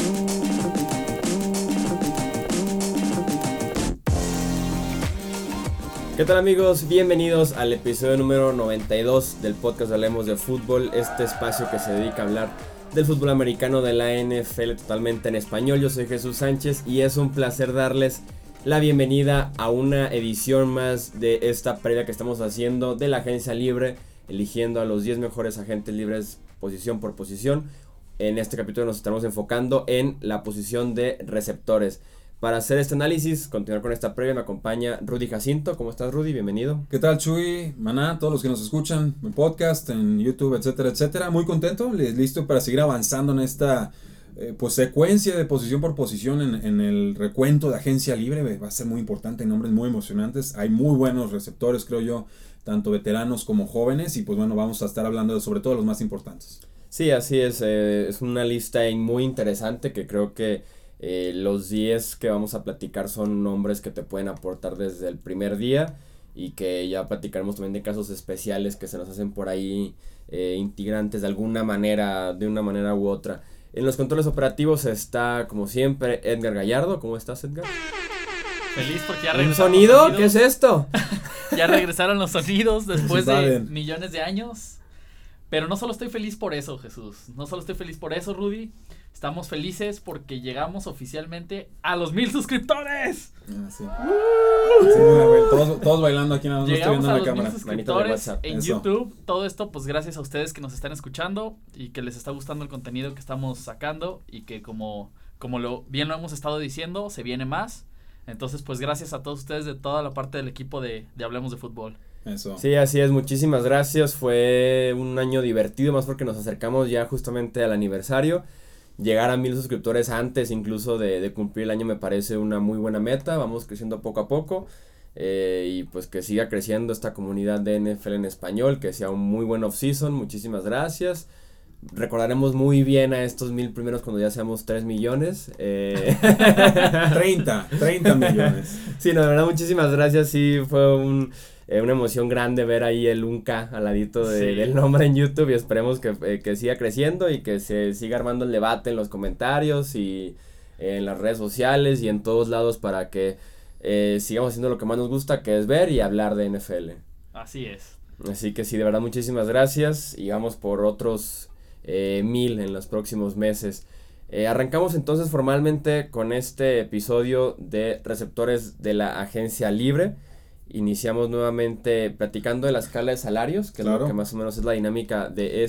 ¿Qué tal amigos? Bienvenidos al episodio número 92 del podcast Hablemos de Fútbol, este espacio que se dedica a hablar del fútbol americano de la NFL totalmente en español. Yo soy Jesús Sánchez y es un placer darles la bienvenida a una edición más de esta previa que estamos haciendo de la agencia libre, eligiendo a los 10 mejores agentes libres posición por posición. En este capítulo nos estamos enfocando en la posición de receptores. Para hacer este análisis, continuar con esta previa, me acompaña Rudy Jacinto. ¿Cómo estás, Rudy? Bienvenido. ¿Qué tal, Chuy? Maná, todos los que nos escuchan en podcast, en YouTube, etcétera, etcétera. Muy contento, listo para seguir avanzando en esta secuencia de posición por posición en el recuento de agencia libre. Va a ser muy importante, hay nombres muy emocionantes. Hay muy buenos receptores, creo yo, tanto veteranos como jóvenes. Y pues bueno, vamos a estar hablando de sobre todo los más importantes. Sí, así es. Es una lista muy interesante que creo que los 10 que vamos a platicar son nombres que te pueden aportar desde el primer día y que ya platicaremos también de casos especiales que se nos hacen por ahí integrantes de alguna manera, de una manera u otra. En los controles operativos está, como siempre, Edgar Gallardo. ¿Cómo estás, Edgar? Feliz porque ya regresaron. ¿Un sonido? ¿Qué es esto? Ya regresaron los sonidos después de millones de años. Pero no solo estoy feliz por eso, Jesús. No solo estoy feliz por eso, Rudy. Estamos felices porque llegamos oficialmente a los 1000 suscriptores. Sí. Todos bailando aquí, nada más. Llegamos no estoy viendo a la los cámara. 1000 suscriptores en Eso. YouTube. Todo esto pues gracias a ustedes que nos están escuchando y que les está gustando el contenido que estamos sacando y que como bien lo hemos estado diciendo, se viene más. Entonces pues gracias a todos ustedes de toda la parte del equipo de Hablemos de Fútbol. Eso. Sí, así es, muchísimas gracias. Fue un año divertido, más porque nos acercamos ya justamente al aniversario. Llegar a 1000 suscriptores antes incluso de cumplir el año me parece una muy buena meta. Vamos creciendo poco a poco y pues que siga creciendo esta comunidad de NFL en español, que sea un muy buen off-season. Muchísimas gracias. Recordaremos muy bien a estos 1000 primeros cuando ya seamos 3 millones. 30 millones. Sí, no, de verdad, muchísimas gracias. Sí, fue una emoción grande ver ahí el 1K al ladito del nombre en YouTube y esperemos que siga creciendo y que se siga armando el debate en los comentarios y en las redes sociales y en todos lados para que sigamos haciendo lo que más nos gusta, que es ver y hablar de NFL. Así es. Así que sí, de verdad, muchísimas gracias y vamos por otros 1000 en los próximos meses. Arrancamos entonces formalmente con este episodio de receptores de la agencia libre. Iniciamos nuevamente platicando de la escala de salarios, que claro, es lo que más o menos es la dinámica de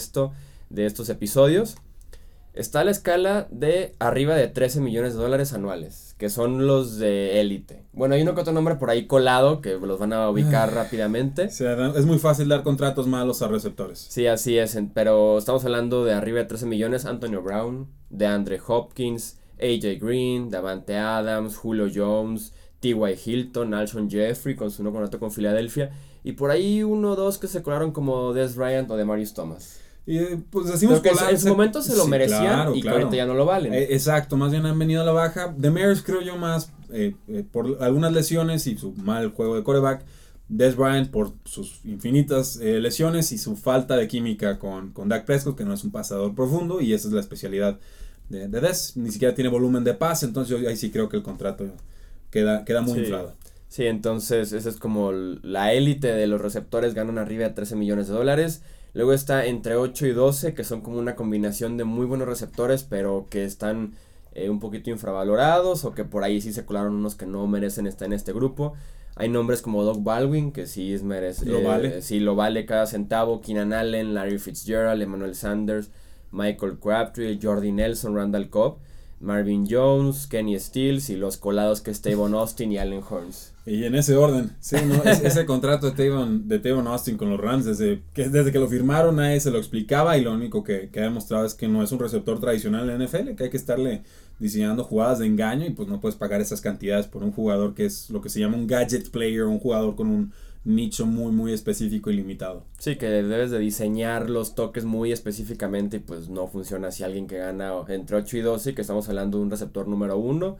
estos episodios. Está la escala de arriba de $13 millones anuales, que son los de élite. Bueno, hay uno que otro nombre por ahí colado que los van a ubicar rápidamente. O sea, es muy fácil dar contratos malos a receptores. Sí, así es, pero estamos hablando de arriba de 13 millones, Antonio Brown, DeAndre Hopkins, AJ Green, Davante Adams, Julio Jones, T.Y. Hilton, Alshon Jeffrey con su nuevo contrato con Filadelfia, y por ahí 1 o 2 que se colaron como Dez Bryant o Demarius Thomas. Y pues decimos que en su momento se lo merecían y que ahorita ya no lo valen. Exacto, más bien han venido a la baja. Demarius creo yo más por algunas lesiones y su mal juego de quarterback. Dez Bryant por sus infinitas lesiones y su falta de química con Dak Prescott, que no es un pasador profundo, y esa es la especialidad de Dez. Ni siquiera tiene volumen de pase, entonces yo ahí sí creo que el contrato queda muy inflado. Sí, entonces esa es como la élite de los receptores, ganan arriba de $13 millones. Luego está entre 8 y 12, que son como una combinación de muy buenos receptores, pero que están un poquito infravalorados, o que por ahí sí se colaron unos que no merecen estar en este grupo. Hay nombres como Doug Baldwin, que sí merece. Lo vale cada centavo. Keenan Allen, Larry Fitzgerald, Emmanuel Sanders, Michael Crabtree, Jordy Nelson, Randall Cobb, Marvin Jones, Kenny Stills y los colados que es Tavon Austin y Allen Hurns. Y en ese orden, sí, ¿no? Ese contrato de Tavon Austin con los Rams, desde que lo firmaron nadie se lo explicaba, y lo único que ha demostrado es que no es un receptor tradicional en la NFL, que hay que estarle diseñando jugadas de engaño, y pues no puedes pagar esas cantidades por un jugador que es lo que se llama un gadget player, un jugador con un nicho muy muy específico y limitado. Sí, que debes de diseñar los toques muy específicamente y pues no funciona si alguien que gana entre 8 y 12, que estamos hablando de un receptor número 1,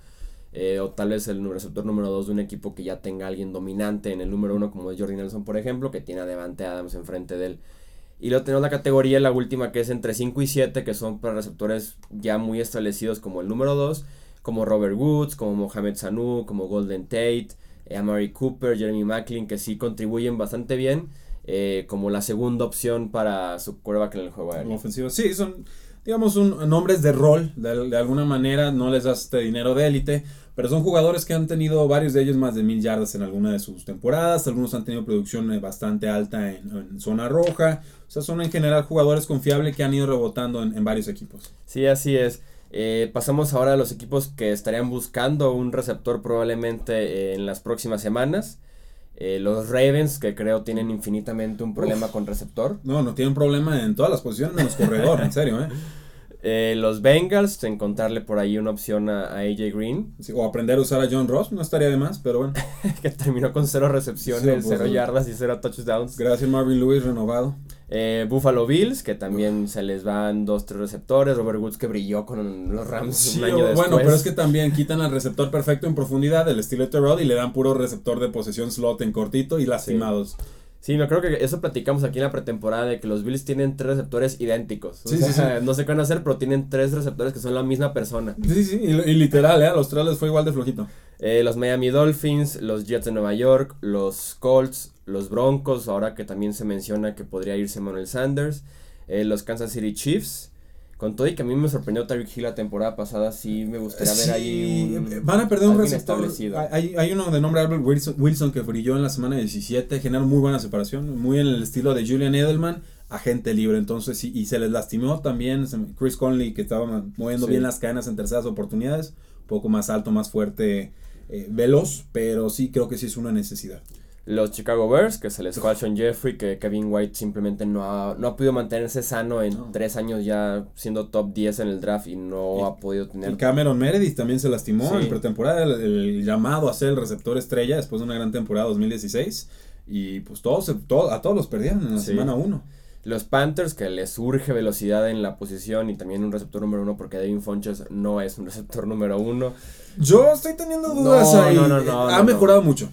o tal vez el receptor número 2 de un equipo que ya tenga alguien dominante en el número 1 como es Jordy Nelson, por ejemplo, que tiene a Davante Adams enfrente de él. Y luego tenemos la categoría, la última, que es entre 5 y 7, que son para receptores ya muy establecidos como el número 2, como Robert Woods, como Mohamed Sanu, como Golden Tate, Amari Cooper, Jeremy Maclin, que sí contribuyen bastante bien, como la segunda opción para su quarterback en el juego aéreo. Ofensivo. Sí, son, digamos, nombres de rol, de alguna manera, no les das dinero de élite, pero son jugadores que han tenido, varios de ellos, más de 1000 yardas en alguna de sus temporadas, algunos han tenido producción bastante alta en zona roja, o sea, son en general jugadores confiables que han ido rebotando en varios equipos. Sí, así es. Pasamos ahora a los equipos que estarían buscando un receptor probablemente en las próximas semanas. Los Ravens, que creo tienen infinitamente un problema con receptor. No tienen problema en todas las posiciones menos corredor, en serio, Los Bengals, encontrarle por ahí una opción a AJ Green. Sí, o aprender a usar a John Ross, no estaría de más, pero bueno. Que terminó con 0 recepciones, Sí, 0 yardas y 0 touchdowns. Gracias Marvin Lewis, renovado. Buffalo Bills, que también se les van 2-3 receptores. Robert Woods, que brilló con los Rams Sí, un año después. bueno, pero es que también quitan al receptor perfecto en profundidad del estilo de Terrell y le dan puro receptor de posesión slot en cortito y lastimados. Sí, me creo que eso platicamos aquí en la pretemporada, de que los Bills tienen 3 receptores idénticos. Sí. No sé qué van a hacer, pero tienen 3 receptores que son la misma persona. Sí, y literal, a los tres les fue igual de flojito. Los Miami Dolphins, los Jets de Nueva York, los Colts, los Broncos, ahora que también se menciona que podría irse Manuel Sanders, los Kansas City Chiefs. Con todo y que a mí me sorprendió Tyreek Hill la temporada pasada, sí me gustaría ver ahí van a perder un receptor. establecido. Hay uno de nombre Albert Wilson que brilló en la semana 17, generó muy buena separación, muy en el estilo de Julian Edelman, agente libre, entonces y se les lastimó también Chris Conley, que estaba moviendo bien las cadenas en terceras oportunidades, un poco más alto, más fuerte, veloz, pero sí creo que sí es una necesidad. Los Chicago Bears, que se les fue a Sean Jeffrey, que Kevin White simplemente no ha podido mantenerse sano en 3 años ya siendo top 10 en el draft y no ha podido tener. Y Cameron Meredith también se lastimó Sí. en pretemporada, el llamado a ser el receptor estrella después de una gran temporada 2016 y pues a todos los perdieron en la semana 1. Los Panthers, que les urge velocidad en la posición y también un receptor número 1, porque Devin Funchess no es un receptor número 1. Yo estoy teniendo dudas ahí. Ha mejorado mucho.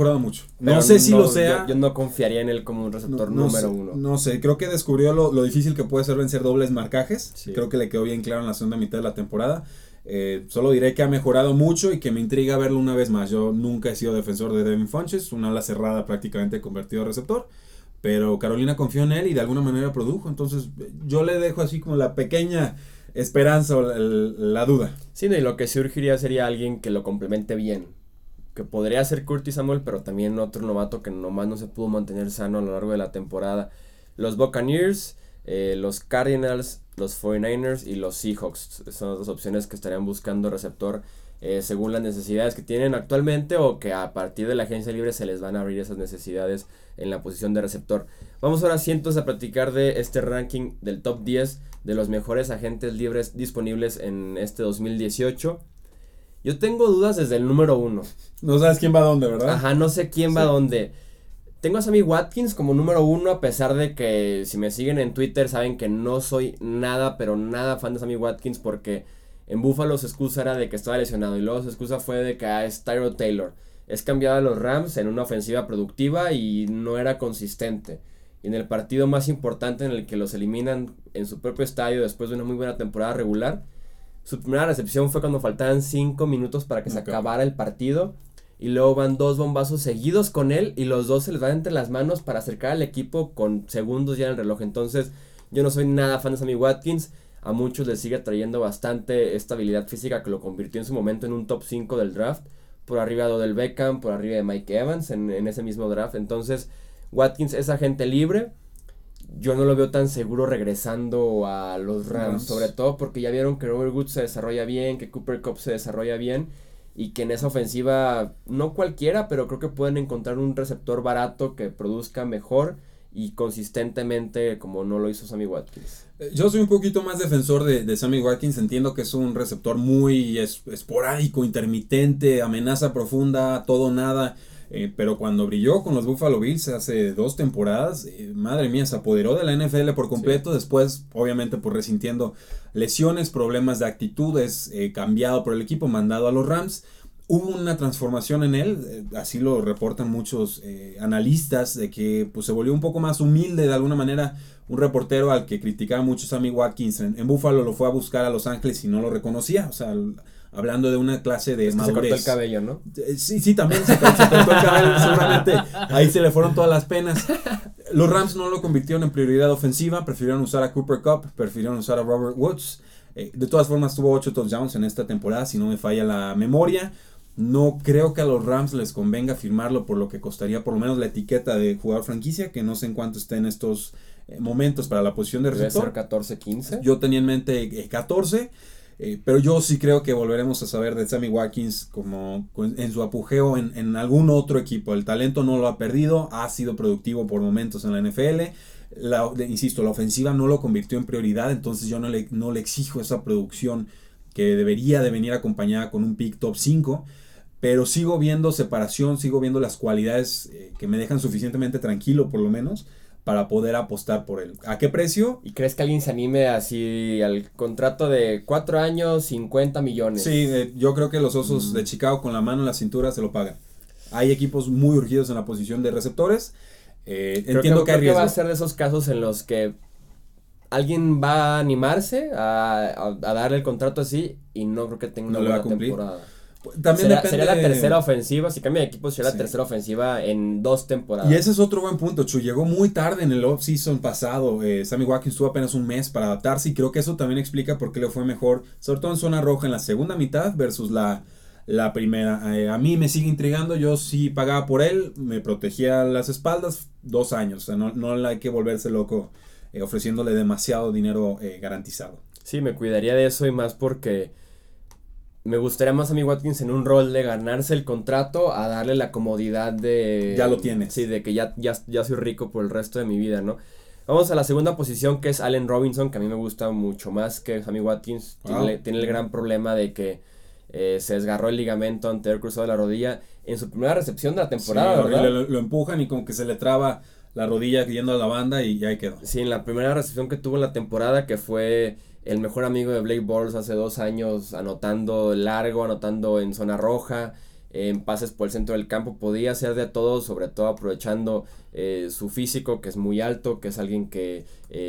No sé si lo sea. Yo no confiaría en él como un receptor número 1. No sé, creo que descubrió lo difícil que puede ser vencer dobles marcajes. Sí. Creo que le quedó bien claro en la segunda mitad de la temporada. Solo diré que ha mejorado mucho y que me intriga verlo una vez más. Yo nunca he sido defensor de Devin Funchess, un ala cerrada prácticamente convertido a receptor. Pero Carolina confió en él y de alguna manera produjo. Entonces yo le dejo así como la pequeña esperanza o la duda. Sí, y lo que sí urgiría sería alguien que lo complemente bien. Que podría ser Curtis Samuel, pero también otro novato que nomás no se pudo mantener sano a lo largo de la temporada. Los Buccaneers, los Cardinals, los 49ers y los Seahawks son las opciones que estarían buscando receptor según las necesidades que tienen actualmente, o que a partir de la agencia libre se les van a abrir esas necesidades en la posición de receptor. Vamos ahora sí entonces a platicar de este ranking del top 10 de los mejores agentes libres disponibles en este 2018. Yo tengo dudas desde el número 1. No sabes quién va a dónde, ¿verdad? Ajá, no sé quién va a dónde. Tengo a Sammy Watkins como número 1, a pesar de que si me siguen en Twitter saben que no soy nada, pero nada fan de Sammy Watkins, porque en Buffalo su excusa era de que estaba lesionado y luego su excusa fue de que es Tyrod Taylor. Es cambiado a los Rams en una ofensiva productiva y no era consistente. Y en el partido más importante en el que los eliminan en su propio estadio después de una muy buena temporada regular, su primera recepción fue cuando faltaban 5 minutos para que se acabara el partido. Y luego van 2 bombazos seguidos con él y los 2 se les van entre las manos para acercar al equipo con segundos ya en el reloj. Entonces yo no soy nada fan de Sammy Watkins. A muchos les sigue trayendo bastante esta habilidad física que lo convirtió en su momento en un top 5 del draft. Por arriba de Odell Beckham, por arriba de Mike Evans en ese mismo draft. Entonces Watkins es agente libre. Yo no lo veo tan seguro regresando a los Rams. Sobre todo porque ya vieron que Robert Woods se desarrolla bien, que Cooper Kupp se desarrolla bien. Y que en esa ofensiva, no cualquiera, pero creo que pueden encontrar un receptor barato que produzca mejor y consistentemente como no lo hizo Sammy Watkins. Yo soy un poquito más defensor de Sammy Watkins. Entiendo que es un receptor muy esporádico, intermitente, amenaza profunda, todo nada. Pero cuando brilló con los Buffalo Bills hace 2 temporadas, madre mía, se apoderó de la NFL por completo. Sí. Después, obviamente, pues resintiendo lesiones, problemas de actitudes, cambiado por el equipo, mandado a los Rams. Hubo una transformación en él, así lo reportan muchos analistas, de que pues, se volvió un poco más humilde de alguna manera. Un reportero al que criticaba mucho Sammy Watkins en Buffalo lo fue a buscar a Los Ángeles y no lo reconocía, o sea, hablando de una clase de madurez. Se cortó el cabello, ¿no? Sí, también se cortó el cabello, seguramente ahí se le fueron todas las penas. Los Rams no lo convirtieron en prioridad ofensiva, prefirieron usar a Cooper Kupp, prefirieron usar a Robert Woods. De todas formas tuvo 8 touchdowns en esta temporada, si no me falla la memoria. No creo que a los Rams les convenga firmarlo por lo que costaría por lo menos la etiqueta de jugador franquicia, que no sé en cuánto esté en estos momentos para la posición de receptor. Debe ser 14, 15. Yo tenía en mente 14, pero yo sí creo que volveremos a saber de Sammy Watkins como en su apogeo en algún otro equipo. El talento no lo ha perdido, ha sido productivo por momentos en la NFL. Insisto, la ofensiva no lo convirtió en prioridad, entonces yo no le exijo esa producción que debería de venir acompañada con un pick top 5. Pero sigo viendo separación, sigo viendo las cualidades que me dejan suficientemente tranquilo, por lo menos, para poder apostar por él. ¿A qué precio? ¿Y crees que alguien se anime así al contrato de 4 años, 50 millones? Sí, yo creo que los Osos de Chicago con la mano en la cintura se lo pagan. Hay equipos muy urgidos en la posición de receptores. Entiendo que hay riesgo. Creo que va a ser de esos casos en los que alguien va a animarse a darle el contrato así y no creo que tenga una buena temporada. También sería la tercera ofensiva, si cambia de equipo sería la tercera ofensiva en 2 temporadas. Y ese es otro buen punto, Chu, llegó muy tarde en el off-season pasado, Sammy Watkins tuvo apenas un mes para adaptarse y creo que eso también explica por qué le fue mejor, sobre todo en zona roja en la segunda mitad versus la primera. A mí me sigue intrigando, yo sí pagaba por él, me protegía las espaldas 2 años, o sea, no hay que volverse loco ofreciéndole demasiado dinero garantizado. Sí, me cuidaría de eso y más porque me gustaría más a Sammy Watkins en un rol de ganarse el contrato a darle la comodidad de... Ya lo tienes. Sí, de que ya soy rico por el resto de mi vida, ¿no? Vamos a la segunda posición, que es Allen Robinson, que a mí me gusta mucho más que Sammy Watkins. Wow. Tiene el gran problema de que se desgarró el ligamento anterior cruzado de la rodilla en su primera recepción de la temporada, sí, ¿verdad? Lo empujan y como que se le traba la rodilla yendo a la banda y ahí quedó. Sí, en la primera recepción que tuvo en la temporada, que fue el mejor amigo de Blake Bortles hace 2 años, anotando largo, anotando en zona roja, en pases por el centro del campo, podía hacer de todo, sobre todo aprovechando su físico, que es muy alto, que es alguien que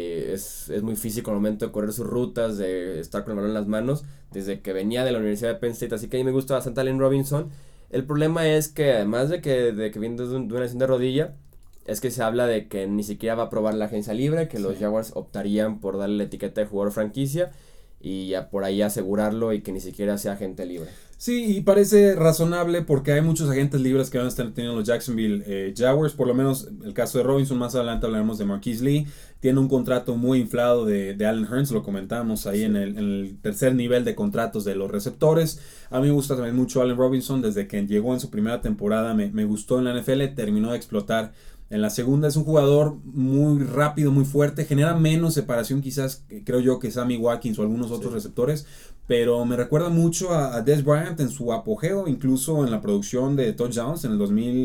es muy físico al momento de correr sus rutas, de estar con el balón en las manos, desde que venía de la Universidad de Penn State, así que a mí me gusta bastante Allen Robinson. El problema es que además de que viene de una lesión de rodilla, es que se habla de que ni siquiera va a probar la agencia libre, que los Jaguars optarían por darle la etiqueta de jugador franquicia y ya por ahí asegurarlo y que ni siquiera sea agente libre. Sí, y parece razonable porque hay muchos agentes libres que van a estar teniendo los Jacksonville Jaguars, por lo menos el caso de Robinson, más adelante hablaremos de Marquise Lee, tiene un contrato muy inflado de Allen Hurns, lo comentamos ahí en el tercer nivel de contratos de los receptores. A mí me gusta también mucho Allen Robinson, desde que llegó en su primera temporada me gustó en la NFL, terminó de explotar. En la segunda es un jugador muy rápido, muy fuerte, genera menos separación quizás, creo yo, que Sammy Watkins o algunos otros receptores, pero me recuerda mucho a Dez Bryant en su apogeo, incluso en la producción de touchdowns en el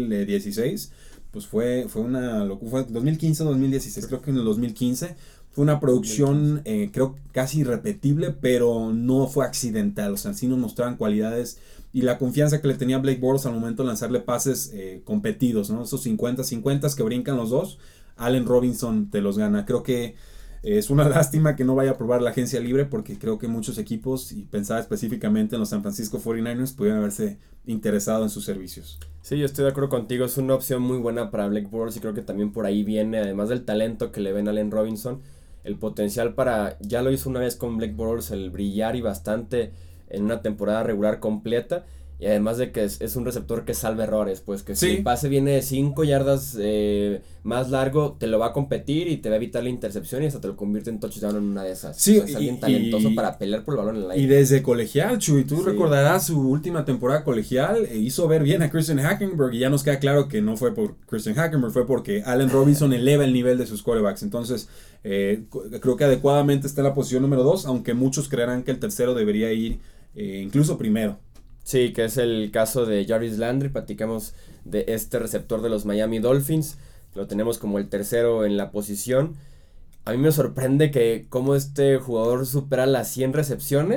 2016, pues fue una locura, fue 2015, 2016, creo que en el 2015 fue una producción creo casi irrepetible, pero no fue accidental, o sea, sí nos mostraban cualidades y la confianza que le tenía Blake Bortles al momento de lanzarle pases competidos, ¿no? Esos 50-50 que brincan los dos, Allen Robinson te los gana. Creo que es una lástima que no vaya a probar la agencia libre porque creo que muchos equipos, y pensaba específicamente en los San Francisco 49ers, pudieran haberse interesado en sus servicios. Sí, yo estoy de acuerdo contigo, es una opción muy buena para Blake Bortles y creo que también por ahí viene, además del talento que le ven a Allen Robinson, el potencial para, ya lo hizo una vez con Blake Bortles, el brillar y bastante en una temporada regular completa, y además de que es un receptor que salva errores, pues que si el pase viene de 5 yardas más largo, te lo va a competir y te va a evitar la intercepción y hasta te lo convierte en touchdown en una de esas. Sí, o sea, es alguien talentoso para pelear por el balón en el aire. Y desde colegial, Chuy, tú recordarás su última temporada colegial, hizo ver bien a Christian Hackenberg y ya nos queda claro que no fue por Christian Hackenberg, fue porque Allen Robinson eleva el nivel de sus quarterbacks. Entonces, creo que adecuadamente está en la posición número 2, aunque muchos creerán que el tercero debería ir incluso primero. Sí, que es el caso de Jarvis Landry. Platicamos de este receptor de los Miami Dolphins, lo tenemos como el tercero en la posición. A mí me sorprende que cómo este jugador supera las 100 recepciones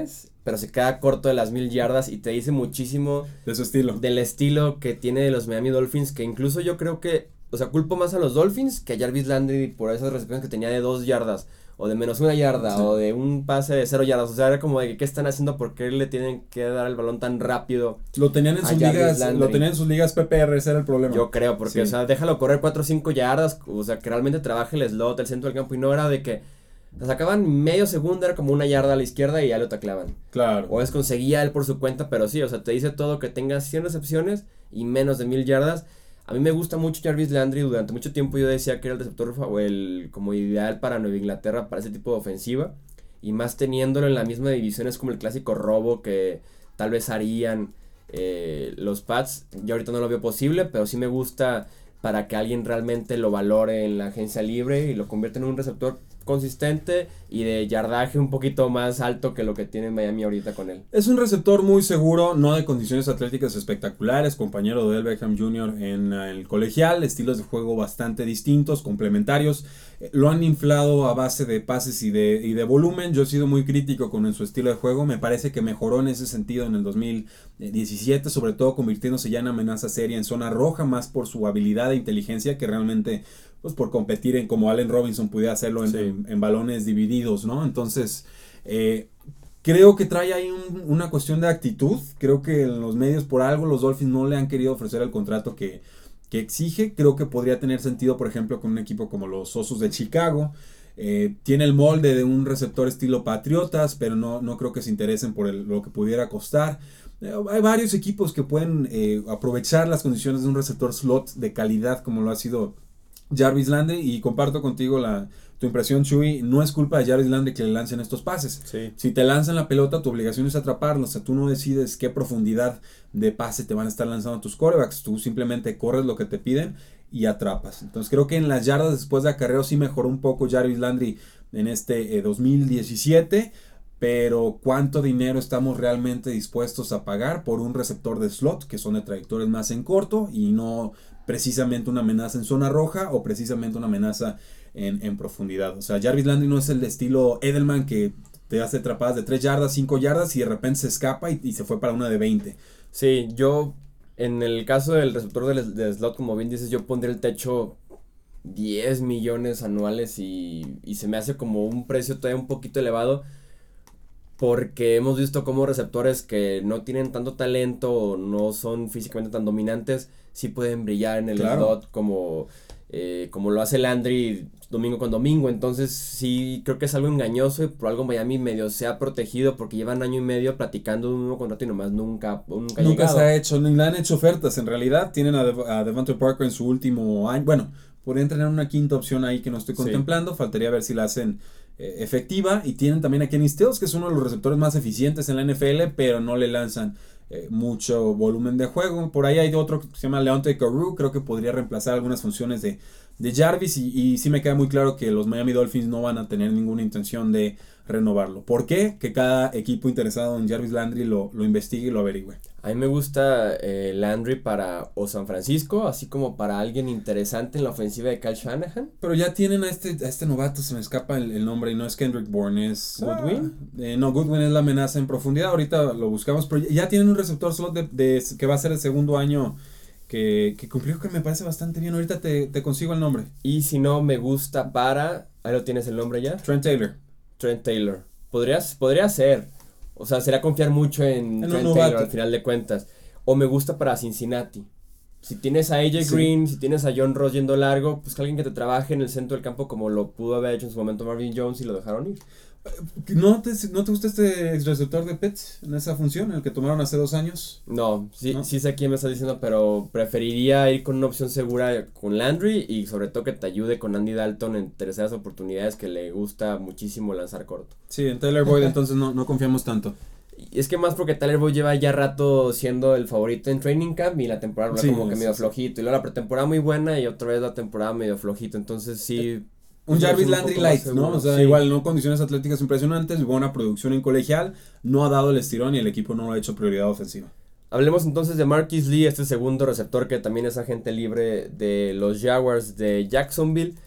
pero se queda corto de las 1000 yardas y te dice muchísimo de su estilo. Del estilo que tiene de los Miami Dolphins, que incluso yo creo que, o sea, culpo más a los Dolphins que a Jarvis Landry por esas recepciones que tenía de 2 yardas, o de menos 1 yarda, o de un pase de 0 yardas, o sea, era como de que, ¿qué están haciendo? ¿Por qué le tienen que dar el balón tan rápido? Lo tenían en sus ligas PPR, ese era el problema. Yo creo, porque, o sea, déjalo correr 4 o 5 yardas, o sea, que realmente trabaje el slot, el centro del campo, y no era de que sacaban medio segundo, era como 1 yarda a la izquierda y ya lo tacleaban. Claro. O conseguía él por su cuenta, pero sí, o sea, te dice todo que tengas 100 recepciones y menos de 1000 yardas. A mí me gusta mucho Jarvis Landry. Durante mucho tiempo yo decía que era el receptor o el como ideal para Nueva Inglaterra, para ese tipo de ofensiva. Y más teniéndolo en la misma división, es como el clásico robo que tal vez harían los Pats. Yo ahorita no lo veo posible, pero sí me gusta para que alguien realmente lo valore en la agencia libre y lo convierta en un receptor consistente y de yardaje un poquito más alto que lo que tiene Miami ahorita con él. Es un receptor muy seguro, no de condiciones atléticas espectaculares, compañero de Odell Beckham Jr. en el colegial, estilos de juego bastante distintos, complementarios. Lo han inflado a base de pases y de volumen. Yo he sido muy crítico con su estilo de juego. Me parece que mejoró en ese sentido en el 2017, sobre todo convirtiéndose ya en amenaza seria en zona roja, más por su habilidad e inteligencia que realmente pues por competir en como Allen Robinson pudiera hacerlo en balones divididos, ¿no? Entonces, creo que trae ahí una cuestión de actitud. Creo que en los medios por algo los Dolphins no le han querido ofrecer el contrato que exige. Creo que podría tener sentido, por ejemplo, con un equipo como los Osos de Chicago. Tiene el molde de un receptor estilo Patriotas, pero no creo que se interesen por lo que pudiera costar. Hay varios equipos que pueden aprovechar las condiciones de un receptor slot de calidad como lo ha sido Jarvis Landry, y comparto contigo tu impresión, Chuy. No es culpa de Jarvis Landry que le lancen estos pases. Sí. Si te lanzan la pelota, tu obligación es atraparlo. O sea, tú no decides qué profundidad de pase te van a estar lanzando tus quarterbacks. Tú simplemente corres lo que te piden y atrapas. Entonces creo que en las yardas después de acarreo sí mejoró un poco Jarvis Landry en este 2017. Pero ¿cuánto dinero estamos realmente dispuestos a pagar por un receptor de slot que son de trayectorias más en corto y no precisamente una amenaza en zona roja o precisamente una amenaza en profundidad? O sea, Jarvis Landry no es el de estilo Edelman que te hace atrapadas de 3 yardas, 5 yardas y de repente se escapa y se fue para una de 20. Sí, yo en el caso del receptor de slot, como bien dices, yo pondría el techo 10 millones anuales y se me hace como un precio todavía un poquito elevado, porque hemos visto como receptores que no tienen tanto talento o no son físicamente tan dominantes sí pueden brillar en el slot como lo hace Landry domingo con domingo. Entonces sí creo que es algo engañoso y por algo Miami medio se ha protegido porque llevan año y medio platicando de un nuevo contrato y nomás nunca se ha hecho, ni le han hecho ofertas. En realidad tienen a Devontae Parker en su último año. Bueno, podrían tener una quinta opción ahí que no estoy contemplando. Faltaría ver si la hacen efectiva. Y tienen también a Kenny Stills, que es uno de los receptores más eficientes en la NFL, pero no le lanzan mucho volumen de juego. Por ahí hay otro que se llama Leonte Carroo, creo que podría reemplazar algunas funciones de Jarvis, y sí me queda muy claro que los Miami Dolphins no van a tener ninguna intención de renovarlo. ¿Por qué? Que cada equipo interesado en Jarvis Landry lo investigue y lo averigüe. A mí me gusta Landry para o San Francisco, así como para alguien interesante en la ofensiva de Kyle Shanahan. Pero ya tienen a este novato, se me escapa el nombre, y no es Kendrick Bourne, es Goodwin. No, Goodwin es la amenaza en profundidad, ahorita lo buscamos, pero ya tienen un receptor slot que va a ser el segundo año que cumplió, que me parece bastante bien. Ahorita te consigo el nombre. Y si no, me gusta para... Ahí lo tienes el nombre ya. Trent Taylor. Podría ser. O sea, sería confiar mucho en Trent Taylor al final de cuentas. O me gusta para Cincinnati. Si tienes a AJ Green, si tienes a John Ross yendo largo, pues que alguien que te trabaje en el centro del campo como lo pudo haber hecho en su momento Marvin Jones y lo dejaron ir. ¿No te gusta este receptor de Pets en esa función, el que tomaron hace 2 años? No, sí sé quién me estás diciendo, pero preferiría ir con una opción segura con Landry y sobre todo que te ayude con Andy Dalton en terceras oportunidades, que le gusta muchísimo lanzar corto. Sí, en Tyler Boyd entonces no confiamos tanto. Y es que más porque Tyler Boyd lleva ya rato siendo el favorito en training camp y la temporada como que medio flojito, y luego la pretemporada muy buena y otra vez la temporada medio flojito, entonces sí... Un Jarvis Landry light, ¿no? O sea, igual no condiciones atléticas impresionantes, buena producción en colegial, no ha dado el estirón y el equipo no lo ha hecho prioridad ofensiva. Hablemos entonces de Marquise Lee, este segundo receptor que también es agente libre de los Jaguars de Jacksonville.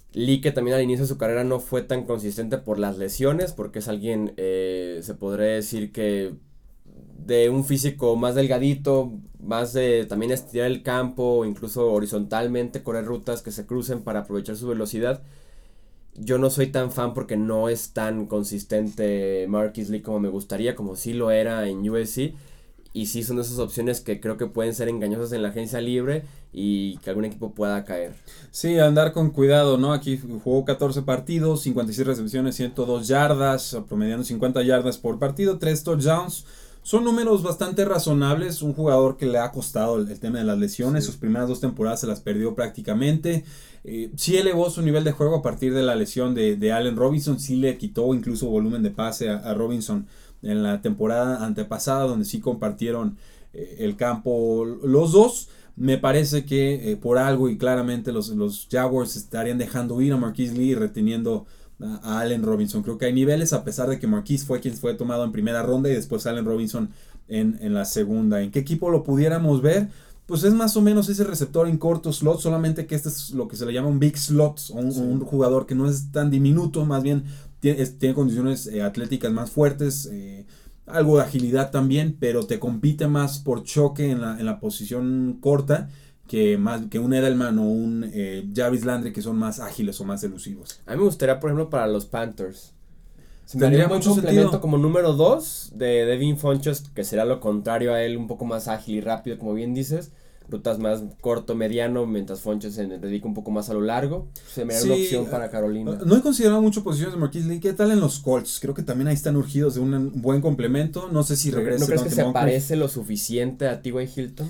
Lee, que también al inicio de su carrera no fue tan consistente por las lesiones, porque es alguien, se podría decir que de un físico más delgadito, más de también estirar el campo, incluso horizontalmente, correr rutas que se crucen para aprovechar su velocidad. Yo no soy tan fan porque no es tan consistente Marquise Lee como me gustaría, como sí lo era en USC. Y sí son esas opciones que creo que pueden ser engañosas en la agencia libre y que algún equipo pueda caer. Sí, andar con cuidado, ¿no? Aquí jugó 14 partidos, 56 recepciones, 102 yardas, promediando 50 yardas por partido, 3 touchdowns. Son números bastante razonables. Un jugador que le ha costado el tema de las lesiones. Sí. Sus primeras 2 temporadas se las perdió prácticamente. Sí elevó su nivel de juego a partir de la lesión de Allen Robinson. Sí le quitó incluso volumen de pase a Robinson en la temporada antepasada, donde sí compartieron el campo los dos. Me parece que por algo y claramente los Jaguars estarían dejando ir a Marquise Lee y reteniendo a Allen Robinson. Creo que hay niveles, a pesar de que Marquise fue quien fue tomado en primera ronda y después Allen Robinson en la segunda. ¿En qué equipo lo pudiéramos ver? Pues es más o menos ese receptor en corto slot, solamente que este es lo que se le llama un big slot, un jugador que no es tan diminuto, más bien tiene condiciones atléticas más fuertes, algo de agilidad también, pero te compite más por choque en la posición corta que un Edelman o un Jarvis Landry, que son más ágiles o más elusivos. A mí me gustaría, por ejemplo, para los Panthers. Tendría mucho complemento sentido. Como número 2 de Devin Funchess, que será lo contrario a él, un poco más ágil y rápido, como bien dices. Rutas más corto, mediano, mientras Funchess se dedica un poco más a lo largo. Se me da una opción para Carolina. No he considerado mucho posiciones de Marquise Lee. ¿Qué tal en los Colts? Creo que también ahí están urgidos de un buen complemento. No sé si regresa. ¿No crees que se parece lo suficiente a T.Y. Hilton?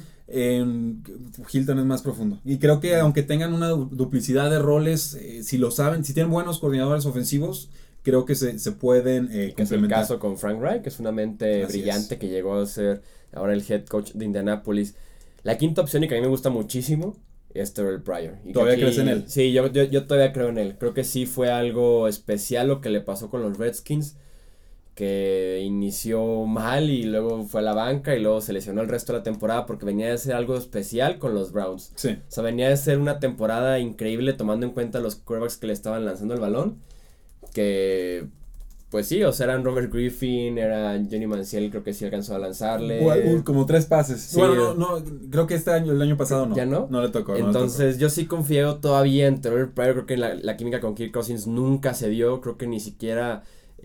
Hilton es más profundo. Y creo que aunque tengan una duplicidad de roles, si lo saben, si tienen buenos coordinadores ofensivos, creo que se pueden complementar. Es el caso con Frank Reich, que es una mente brillante que llegó a ser ahora el head coach de Indianapolis. La quinta opción, y que a mí me gusta muchísimo, es Terrell Pryor. Y ¿Todavía crees en él? Sí, yo todavía creo en él. Creo que sí fue algo especial lo que le pasó con los Redskins, que inició mal y luego fue a la banca y luego se lesionó el resto de la temporada porque venía de ser algo especial con los Browns. Sí. O sea, venía de ser una temporada increíble tomando en cuenta los quarterbacks que le estaban lanzando el balón, que pues sí, o sea, eran Robert Griffin, era Johnny Manziel, creo que sí alcanzó a lanzarle. Como 3 pases. Sí. Bueno, no, creo que el año pasado no. ¿Ya no? No le tocó. Entonces yo sí confío todavía en Terrell Pryor. Creo que la química con Kirk Cousins nunca se dio, creo que ni siquiera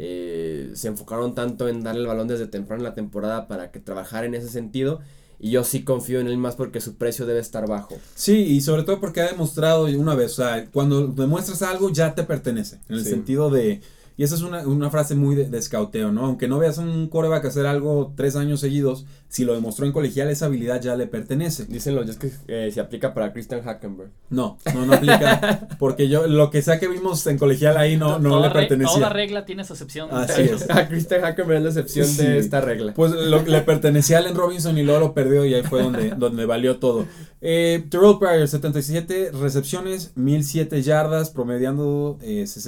se enfocaron tanto en darle el balón desde temprano en la temporada para que trabajara en ese sentido. Y yo sí confío en él más porque su precio debe estar bajo. Sí, y sobre todo porque ha demostrado una vez, o sea, cuando demuestras algo ya te pertenece. En el sentido de... Y esa es una frase muy de escauteo, ¿no? Aunque no veas a un quarterback hacer algo 3 años seguidos, si lo demostró en colegial, esa habilidad ya le pertenece. Dicen los que se aplica para Christian Hackenberg. No aplica, porque lo que sea que vimos en colegial ahí no le pertenecía. Toda regla tiene su excepción. Así es. A Christian Hackenberg es la excepción de esta regla. Pues le pertenecía a Allen Robinson y luego lo perdió y ahí fue donde valió todo. Terrell Pryor, 77 recepciones, 1007 yardas, promediando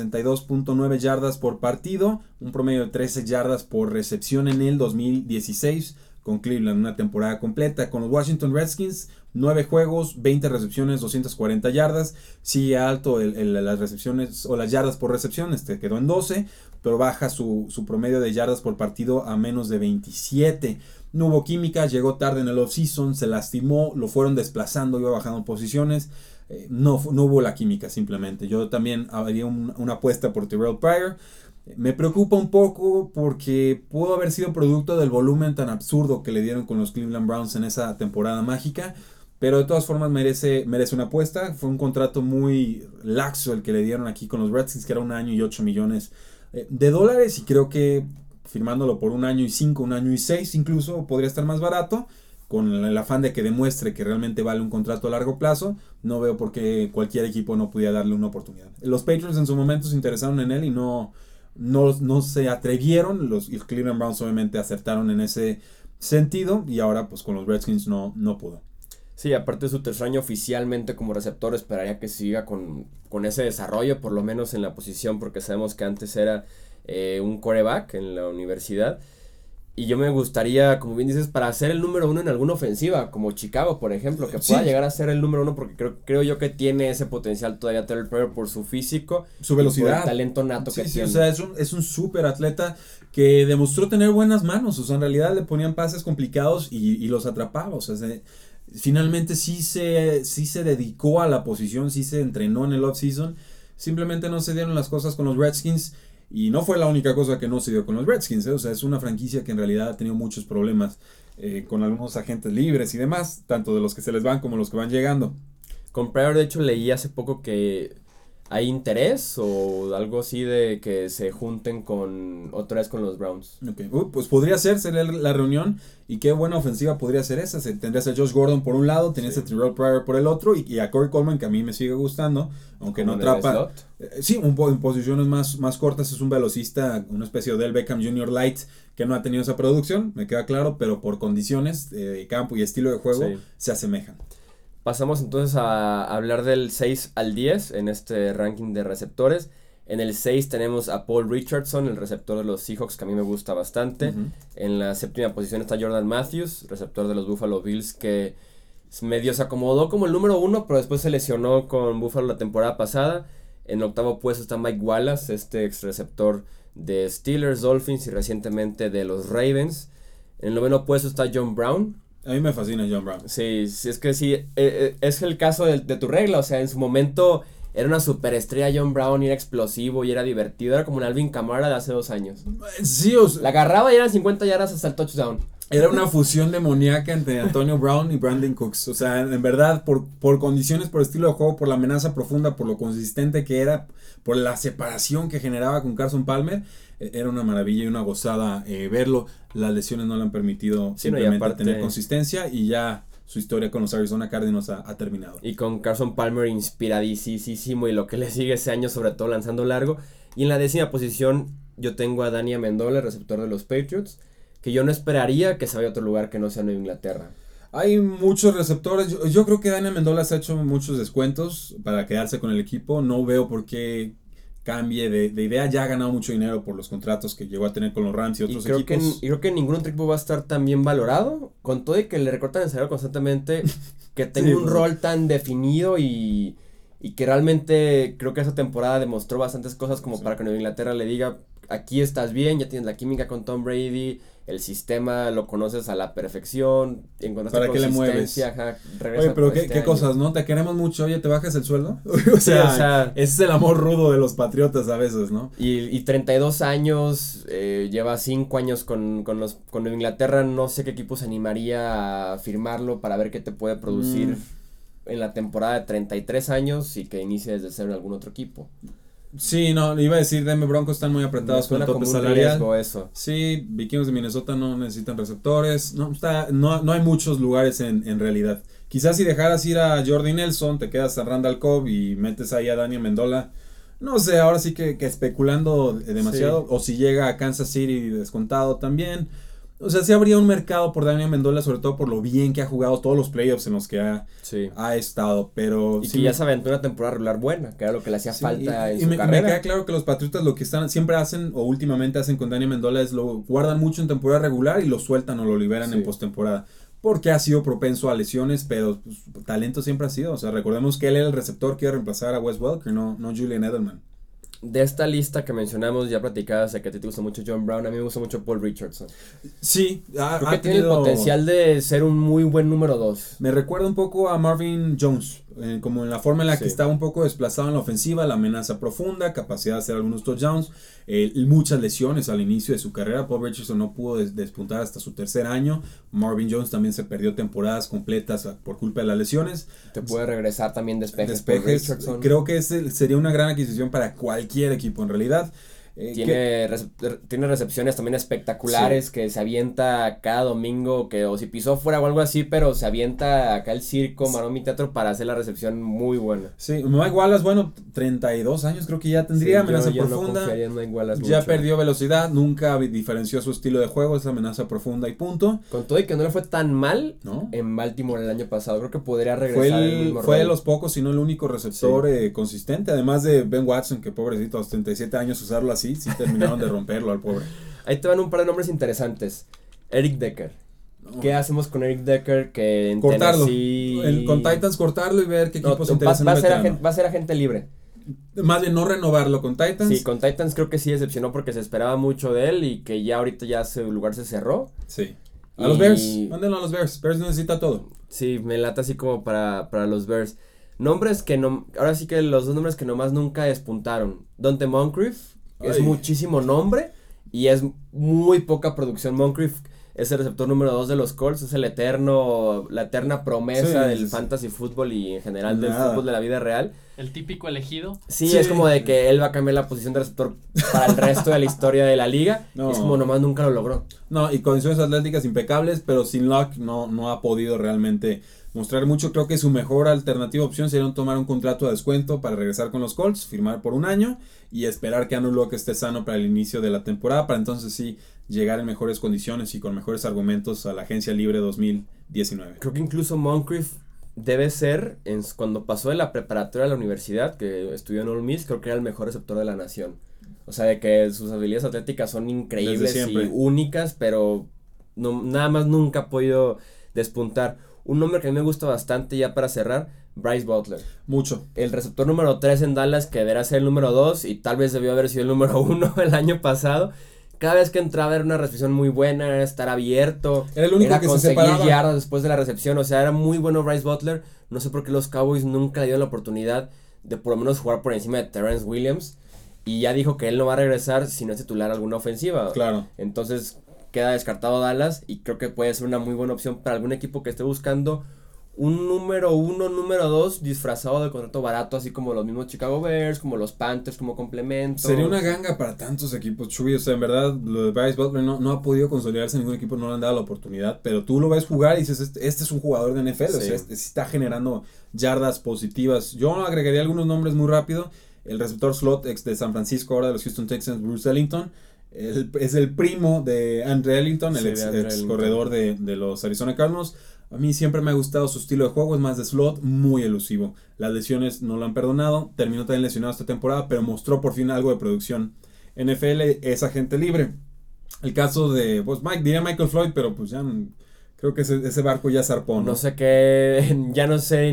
62.9 yardas por partido, un promedio de 13 yardas por recepción en el 2016 con Cleveland, una temporada completa. Con los Washington Redskins, 9 juegos, 20 recepciones, 240 yardas, sigue alto las recepciones o las yardas por recepción, quedó en 12, pero baja su promedio de yardas por partido a menos de 27. No hubo química, llegó tarde en el offseason, se lastimó, lo fueron desplazando, iba bajando posiciones. No hubo la química simplemente. Yo también haría una apuesta por Terrell Pryor. Me preocupa un poco porque pudo haber sido producto del volumen tan absurdo que le dieron con los Cleveland Browns en esa temporada mágica, pero de todas formas merece una apuesta. Fue un contrato muy laxo el que le dieron aquí con los Redskins, que era 1 año y $8 millones, y creo que firmándolo por 1 año y 5, 1 año y 6 incluso podría estar más barato. Con el afán de que demuestre que realmente vale un contrato a largo plazo, no veo por qué cualquier equipo no pudiera darle una oportunidad. Los Patriots en su momento se interesaron en él y no se atrevieron. Los Cleveland Browns obviamente acertaron en ese sentido y ahora pues con los Redskins no pudo. Sí, aparte de su tercer año oficialmente como receptor, esperaría que siga con ese desarrollo, por lo menos en la posición, porque sabemos que antes era un quarterback en la universidad. Y yo me gustaría, como bien dices, para ser el número 1 en alguna ofensiva, como Chicago, por ejemplo, que pueda llegar a ser el número 1, porque creo yo que tiene ese potencial todavía Terrell Pryor por su físico, su velocidad, por el talento nato que tiene. O sea, es un súper atleta que demostró tener buenas manos. O sea, en realidad le ponían pases complicados y los atrapaba. O sea, finalmente sí se dedicó a la posición, sí se entrenó en el off-season. Simplemente no se dieron las cosas con los Redskins. Y no fue la única cosa que no se dio con los Redskins, O sea, es una franquicia que en realidad ha tenido muchos problemas con algunos agentes libres y demás, tanto de los que se les van como los que van llegando. Con Pryor, de hecho, leí hace poco que hay interés o algo así de que se junten otra vez con los Browns. Okay. Pues podría ser la reunión, y qué buena ofensiva podría ser esa. Tendrías a Josh Gordon por un lado, tenías a Terrell Pryor por el otro, y a Corey Coleman, que a mí me sigue gustando, aunque no atrapa. Sí, en posiciones más cortas, es un velocista, una especie de Odell Beckham Jr. Light, que no ha tenido esa producción, me queda claro, pero por condiciones de campo y estilo de juego se asemejan. Pasamos entonces a hablar del 6 al 10 en este ranking de receptores. En el 6 tenemos a Paul Richardson, el receptor de los Seahawks, que a mí me gusta bastante. Uh-huh. En la 7ª posición está Jordan Matthews, receptor de los Buffalo Bills, que medio se acomodó como el número 1, pero después se lesionó con Buffalo la temporada pasada. En el 8º puesto está Mike Wallace, este ex receptor de Steelers, Dolphins y recientemente de los Ravens. En el 9º puesto está John Brown. A mí me fascina John Brown. Sí, es que sí, es el caso de tu regla. O sea, en su momento era una superestrella John Brown, y era explosivo y era divertido. Era como un Alvin Kamara de hace 2 años. Sí, la agarraba y eran 50 yardas hasta el touchdown. Era una fusión demoníaca entre Antonio Brown y Brandon Cooks. O sea, en verdad, por condiciones, por estilo de juego, por la amenaza profunda, por lo consistente que era, por la separación que generaba con Carson Palmer, era una maravilla y una gozada verlo. Las lesiones no le han permitido simplemente tener consistencia, y ya su historia con los Arizona Cardinals ha terminado. Y con Carson Palmer inspiradísimo, y lo que le sigue ese año, sobre todo lanzando largo. Y en la 10ª posición yo tengo a Danny Amendola, receptor de los Patriots, que yo no esperaría que se vaya a otro lugar que no sea Nueva Inglaterra. Hay muchos receptores. Yo creo que Danny Amendola se ha hecho muchos descuentos para quedarse con el equipo. No veo por qué cambie de idea. Ya ha ganado mucho dinero por los contratos que llegó a tener con los Rams y otros equipos. Y creo que ningún otro equipo va a estar tan bien valorado, con todo y que le recortan el salario constantemente, que tenga un rol tan definido y que realmente creo que esa temporada demostró bastantes cosas como para que Nueva Inglaterra le diga, aquí estás bien, ya tienes la química con Tom Brady, el sistema lo conoces a la perfección, encontraste ¿para qué le mueves? Regresa. Oye, pero qué cosas, ¿no? Te queremos mucho, oye, ¿te bajas el sueldo? o sea, ese es el amor rudo de los Patriotas a veces, ¿no? Y 32 años, lleva 5 años con Nueva Inglaterra, no sé qué equipo se animaría a firmarlo para ver qué te puede producir en la temporada de 33 años y que inicie desde cero en algún otro equipo. Sí, no, iba a decir, Denver Broncos están muy apretados con el tope salarial. Eso. Sí, Vikings de Minnesota no necesitan receptores. No hay muchos lugares en realidad. Quizás si dejaras ir a Jordy Nelson, te quedas a Randall Cobb y metes ahí a Danny Amendola. No sé, ahora sí que especulando demasiado. Sí. O si llega a Kansas City descontado también. O sea, sí habría un mercado por Danny Amendola, sobre todo por lo bien que ha jugado todos los playoffs en los que ha estado, pero... Y sí, que ya se aventó una temporada regular buena, que era lo que le hacía falta en su carrera. Me queda claro que los Patriotas lo que siempre hacen, o últimamente hacen con Danny Amendola, es lo guardan mucho en temporada regular y lo sueltan o lo liberan en postemporada. Porque ha sido propenso a lesiones, pero pues, talento siempre ha sido. O sea, recordemos que él era el receptor que iba a reemplazar a Wes Welker, no Julian Edelman. De esta lista que mencionamos, ya platicadas, de que te gusta mucho John Brown, a mí me gusta mucho Paul Richardson. Sí, creo que tiene el potencial de ser un muy buen número 2. Me recuerda un poco a Marvin Jones, como en la forma en la que estaba un poco desplazado en la ofensiva, la amenaza profunda, capacidad de hacer algunos touchdowns, muchas lesiones al inicio de su carrera. Paul Richardson no pudo despuntar hasta su 3er año. Marvin Jones también se perdió temporadas completas por culpa de las lesiones. Te puede regresar también despejes. Creo que sería una gran adquisición para cualquier equipo en realidad. Tiene recepciones también espectaculares, que se avienta cada domingo, o si pisó fuera o algo así, pero se avienta acá el circo, maroma y teatro para hacer la recepción muy buena. Sí, Mike Wallace, 32 años creo que ya tendría, amenaza profunda. Ya perdió velocidad, nunca diferenció su estilo de juego, esa amenaza profunda y punto. Con todo y que no le fue tan mal en Baltimore el año pasado, creo que podría regresar. Fue de los pocos, si no el único receptor consistente, además de Ben Watson, que pobrecito a los 37 años usarlo así. Sí terminaron de romperlo al pobre. Ahí te van un par de nombres interesantes. Eric Decker. No. ¿Qué hacemos con Eric Decker? Que en Cortarlo. Tennessee... Con Titans cortarlo y ver qué equipos va interesan. a ser agente libre. Más bien no renovarlo con Titans. Sí, con Titans creo que sí decepcionó porque se esperaba mucho de él y que ya ahorita ya su lugar se cerró. Sí. A los Bears, mándenlo a los Bears. Bears necesita todo. Sí, me lata así como para los Bears. Nombres que no, ahora sí que los dos nombres que nomás nunca despuntaron. Dante Moncrief, es muchísimo nombre y es muy poca producción. Moncrief es el receptor número 2 de los Colts, es la eterna promesa del fantasy fútbol y en general del fútbol de la vida real. El típico elegido. Sí, es como de que él va a cambiar la posición de receptor para el resto de la historia de la liga. No. Es como nomás nunca lo logró. No, y condiciones atléticas impecables, pero sin Luck no ha podido realmente mostrar mucho. Creo que su mejor alternativa opción sería tomar un contrato de descuento para regresar con los Colts, firmar por un año y esperar que Andrew Luck esté sano para el inicio de la temporada, para entonces sí llegar en mejores condiciones y con mejores argumentos a la agencia libre 2019. Creo que incluso Moncrief debe ser, cuando pasó de la preparatoria a la universidad, que estudió en Ole Miss, creo que era el mejor receptor de la nación. O sea, de que sus habilidades atléticas son increíbles y únicas, pero nada más nunca ha podido despuntar. Un nombre que a mí me gusta bastante ya para cerrar, Bryce Butler. Mucho. El receptor número 3 en Dallas, que deberá ser el número 2 y tal vez debió haber sido el número 1 el año pasado. Cada vez que entraba era una recepción muy buena, era estar abierto, era el único era que conseguir se separaba yardas después de la recepción, o sea, era muy bueno Bryce Butler. No sé por qué los Cowboys nunca le dieron la oportunidad de por lo menos jugar por encima de Terrence Williams, y ya dijo que él no va a regresar si no es titular alguna ofensiva. Claro. Entonces queda descartado Dallas y creo que puede ser una muy buena opción para algún equipo que esté buscando un número 1, número 2 disfrazado de contrato barato, así como los mismos Chicago Bears, como los Panthers como complemento. Sería una ganga para tantos equipos, Chuy. O sea, en verdad, lo de Bryce Butler no ha podido consolidarse en ningún equipo, no le han dado la oportunidad, pero tú lo ves jugar y dices, este es un jugador de NFL, sí. O sea, está generando yardas positivas. Yo agregaría algunos nombres muy rápido. El receptor slot ex de San Francisco, ahora de los Houston Texans, Bruce Ellington. Es el primo de Andre Ellington, el ex corredor de los Arizona Cardinals. A mí siempre me ha gustado su estilo de juego, es más de slot, muy elusivo. Las lesiones no lo han perdonado, terminó también lesionado esta temporada, pero mostró por fin algo de producción. NFL es agente libre. El caso de, pues diría Michael Floyd, pero pues ya creo que ese barco ya zarpó, ¿no? No sé qué, ya no sé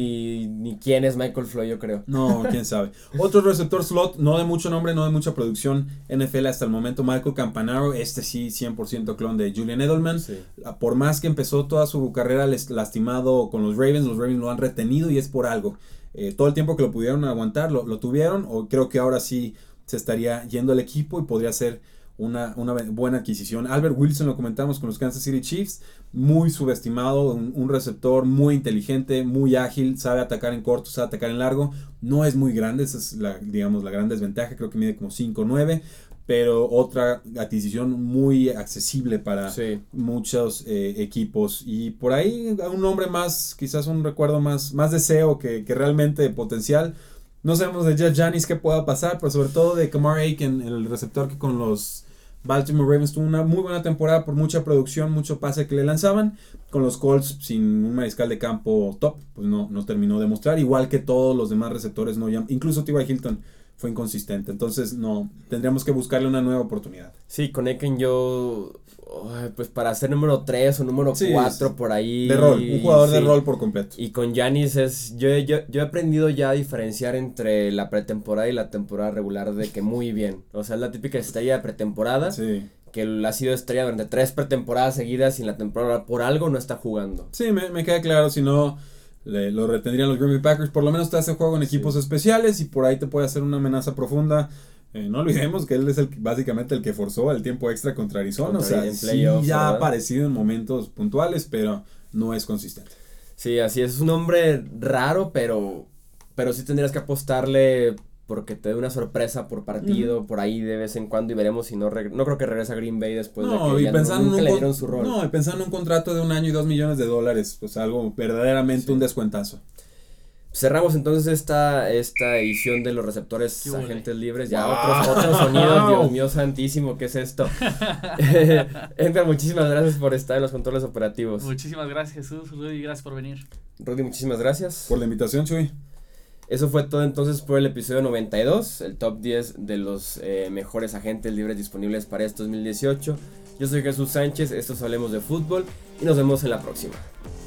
ni quién es Michael Floyd, yo creo. No, quién sabe. Otro receptor slot, no de mucho nombre, no de mucha producción, NFL hasta el momento, Michael Campanaro, sí 100% clon de Julian Edelman. Sí. Por más que empezó toda su carrera lastimado con los Ravens lo han retenido y es por algo. Todo el tiempo que lo pudieron aguantar, lo tuvieron, o creo que ahora sí se estaría yendo al equipo y podría ser una buena adquisición. Albert Wilson lo comentamos con los Kansas City Chiefs, muy subestimado, un receptor muy inteligente, muy ágil, sabe atacar en corto, sabe atacar en largo, no es muy grande, esa es la gran desventaja, creo que mide como 5'9", pero otra adquisición muy accesible para muchos equipos. Y por ahí un nombre más, quizás un recuerdo más deseo que realmente potencial. No sabemos de Jeff Janis qué pueda pasar, pero sobre todo de Kamar Aiken, el receptor que con los Baltimore Ravens tuvo una muy buena temporada por mucha producción, mucho pase que le lanzaban. Con los Colts, sin un mariscal de campo top, pues no terminó de mostrar. Igual que todos los demás receptores, incluso T.Y. Hilton fue inconsistente. Entonces, tendríamos que buscarle una nueva oportunidad. Sí, con Aiken pues para ser número 3 o número 4 por ahí. De rol, un jugador de rol por completo. Y con Janis yo he aprendido ya a diferenciar entre la pretemporada y la temporada regular de que muy bien. O sea, es la típica estrella de pretemporada. Sí. Que ha sido estrella durante 3 pretemporadas seguidas y en la temporada por algo no está jugando. Sí, me queda claro, si no lo retendrían los Green Bay Packers. Por lo menos te hace juego en equipos especiales y por ahí te puede hacer una amenaza profunda. No olvidemos que él es básicamente el que forzó el tiempo extra contra Arizona. O sea, sí ya ha aparecido en momentos puntuales, pero no es consistente. Sí, así es un hombre raro, pero sí tendrías que apostarle porque te dé una sorpresa por partido, por ahí de vez en cuando y veremos si no creo que regresa a Green Bay después de que ya nunca le dieron su rol. No, y pensando en un contrato de 1 año y $2 millones, pues algo verdaderamente un descuentazo. Cerramos entonces esta edición de los receptores agentes libres. Ya otros sonidos, Dios mío santísimo, ¿qué es esto? Edgar, muchísimas gracias por estar en los controles operativos. Muchísimas gracias, Jesús. Rudy, gracias por venir. Rudy, muchísimas gracias por la invitación, Chuy. Eso fue todo entonces por el episodio 92, el top 10 de los mejores agentes libres disponibles para este 2018. Yo soy Jesús Sánchez, esto es Hablemos de Fútbol y nos vemos en la próxima.